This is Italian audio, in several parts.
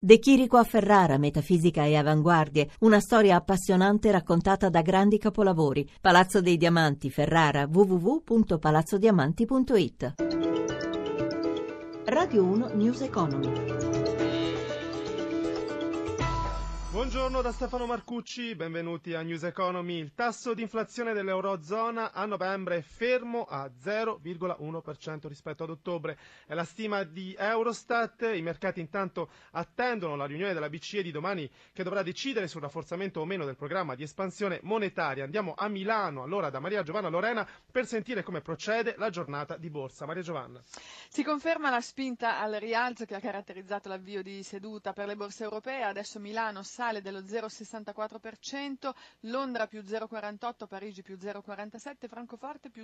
De Chirico a Ferrara, metafisica e avanguardie, una storia appassionante raccontata da grandi capolavori. Palazzo dei Diamanti, Ferrara, www.palazzodiamanti.it. Radio 1 News Economy. Buongiorno da Stefano Marcucci, benvenuti a News Economy. Il tasso di inflazione dell'Eurozona a novembre è fermo a 0,1% rispetto ad ottobre. È la stima di Eurostat. I mercati intanto attendono la riunione della BCE di domani che dovrà decidere sul rafforzamento o meno del programma di espansione monetaria. Andiamo a Milano allora da Maria Giovanna Lorena per sentire come procede la giornata di borsa. Maria Giovanna. Si conferma la spinta al rialzo che ha caratterizzato l'avvio di seduta per le borse europee. Adesso Milano sale dello 0,64%, Londra più 0,48%, Parigi più 0,47%, Francoforte più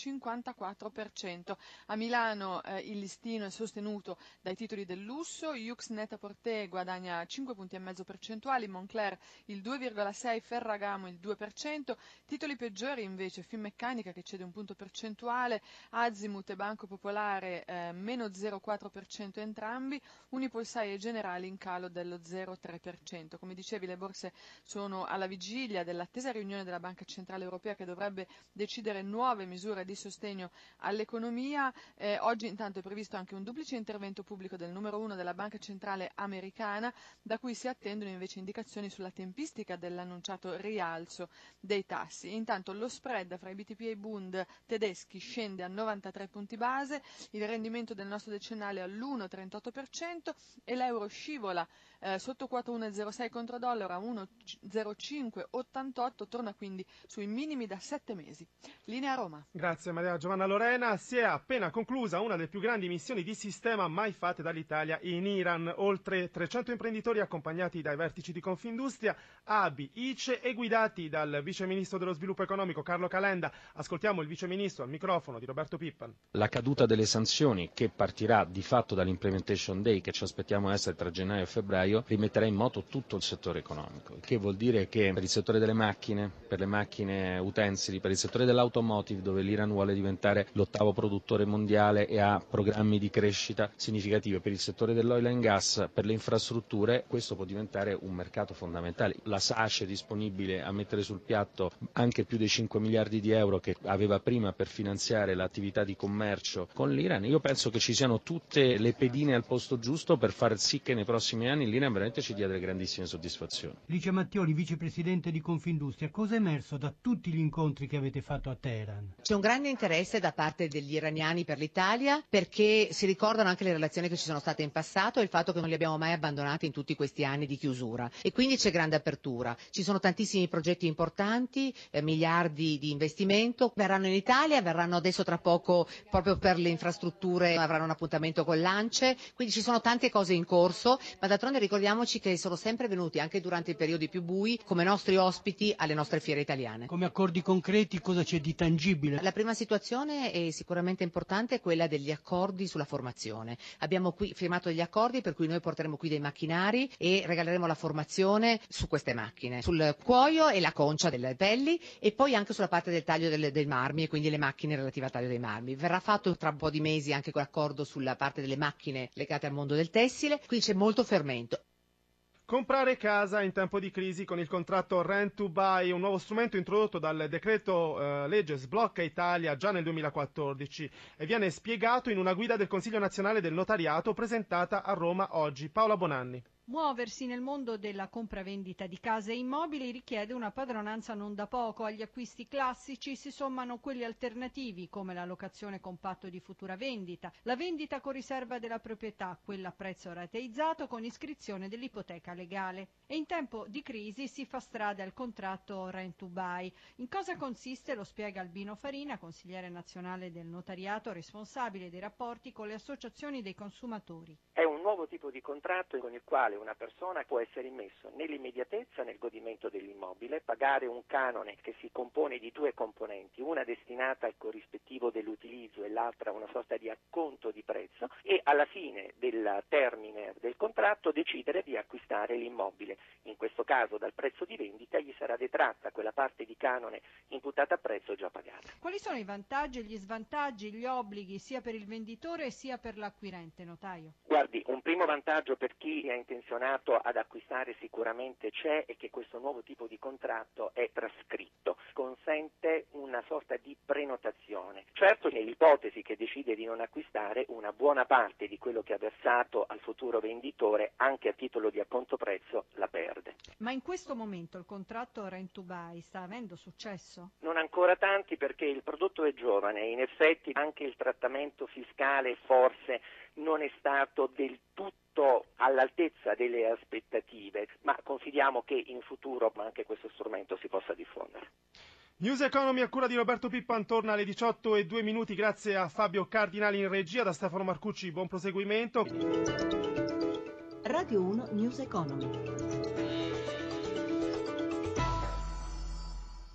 0,54%. A Milano il listino è sostenuto dai titoli del lusso, Yux Net-a-Porter guadagna 5 punti e mezzo percentuali, Moncler il 2,6%, Ferragamo il 2%, titoli peggiori invece Finmeccanica che cede un punto percentuale, Azimut e Banco Popolare meno 0,4% entrambi, Unipolsai e Generali in calo dello 0,3%. Come dicevi, le borse sono alla vigilia dell'attesa riunione della Banca Centrale Europea che dovrebbe decidere nuove misure di sostegno all'economia. Oggi intanto è previsto anche un duplice intervento pubblico del numero 1 della Banca Centrale Americana, da cui si attendono invece indicazioni sulla tempistica dell'annunciato rialzo dei tassi. Intanto lo spread fra i BTP e i Bund tedeschi scende a 93 punti base, il rendimento del nostro decennale all'1,38% e l'euro scivola sotto quota 1,06 contro dollaro a 1,0588, torna quindi sui minimi da 7 mesi. Linea Roma. Grazie Maria Giovanna Lorena. Si è appena conclusa una delle più grandi missioni di sistema mai fatte dall'Italia in Iran. Oltre 300 imprenditori accompagnati dai vertici di Confindustria, ABI, ICE e guidati dal vice ministro dello sviluppo economico Carlo Calenda. Ascoltiamo il vice ministro al microfono di Roberto Pippan. La caduta delle sanzioni, che partirà di fatto dall'implementation day che ci aspettiamo essere tra gennaio e febbraio, rimetterà in moto tutto il settore economico, il che vuol dire che per il settore delle macchine, per le macchine utensili, per il settore dell'automotive, dove l'Iran vuole diventare l'8º produttore mondiale e ha programmi di crescita significativi, per il settore dell'oil and gas, per le infrastrutture, questo può diventare un mercato fondamentale. La SACE è disponibile a mettere sul piatto anche più dei 5 miliardi di euro che aveva prima per finanziare l'attività di commercio con l'Iran. Io penso che ci siano tutte le pedine al posto giusto per far sì che nei prossimi anni l'Iran veramente ci dia delle grandissime soddisfazioni. Licia Mattioli, vicepresidente di Confindustria, cosa è emerso da tutti gli incontri che avete fatto a Teheran? C'è un grande interesse da parte degli iraniani per l'Italia, perché si ricordano anche le relazioni che ci sono state in passato e il fatto che non li abbiamo mai abbandonati in tutti questi anni di chiusura, e quindi c'è grande apertura. Ci sono tantissimi progetti importanti, miliardi di investimento, verranno in Italia, verranno adesso tra poco proprio per le infrastrutture, avranno un appuntamento con l'ANCE, quindi ci sono tante cose in corso, ma d'altronde ricordiamoci che sono sempre venuti anche durante i periodi più bui come nostri ospiti alle nostre fiere italiane. Come accordi concreti cosa c'è di tangibile? La prima situazione è sicuramente importante, è quella degli accordi sulla formazione. Abbiamo qui firmato degli accordi per cui noi porteremo qui dei macchinari e regaleremo la formazione su queste macchine, sul cuoio e la concia delle pelli e poi anche sulla parte del taglio dei marmi e quindi le macchine relative al taglio dei marmi. Verrà fatto tra un po' di mesi anche l'accordo sulla parte delle macchine legate al mondo del tessile, quindi c'è molto fermento. Comprare casa in tempo di crisi con il contratto Rent to Buy, un nuovo strumento introdotto dal decreto legge Sblocca Italia già nel 2014 e viene spiegato in una guida del Consiglio Nazionale del Notariato presentata a Roma oggi. Paola Bonanni. Muoversi nel mondo della compravendita di case e immobili richiede una padronanza non da poco. Agli acquisti classici si sommano quelli alternativi come la locazione con patto di futura vendita, la vendita con riserva della proprietà, quella a prezzo rateizzato con iscrizione dell'ipoteca legale. E in tempo di crisi si fa strada il contratto Rent to Buy. In cosa consiste lo spiega Albino Farina, consigliere nazionale del notariato, responsabile dei rapporti con le associazioni dei consumatori. È un nuovo tipo di contratto con il quale una persona può essere immesso nell'immediatezza nel godimento dell'immobile, pagare un canone che si compone di due componenti, una destinata al corrispettivo dell'utilizzo e l'altra una sorta di acconto di prezzo, e alla fine del termine del contratto decidere di acquistare l'immobile. In questo caso dal prezzo di vendita gli sarà detratta quella parte di canone imputata a prezzo già pagata. Quali sono i vantaggi e gli svantaggi, gli obblighi sia per il venditore sia per l'acquirente, notaio? Guardi, Un primo vantaggio per chi è intenzionato ad acquistare sicuramente c'è, è che questo nuovo tipo di contratto è trascritto, consente una sorta di prenotazione. Certo, nell'ipotesi che decide di non acquistare, una buona parte di quello che ha versato al futuro venditore, anche a titolo di acconto prezzo, la perde. Ma in questo momento il contratto Rent to Buy sta avendo successo? Non ancora tanti, perché il prodotto è giovane, in effetti anche il trattamento fiscale forse non è stato del tutto all'altezza delle aspettative, ma confidiamo che in futuro anche questo strumento si possa diffondere. News Economy a cura di Roberto Pippan torna alle 18:02, grazie a Fabio Cardinali in regia, da Stefano Marcucci buon proseguimento. Radio 1 News Economy.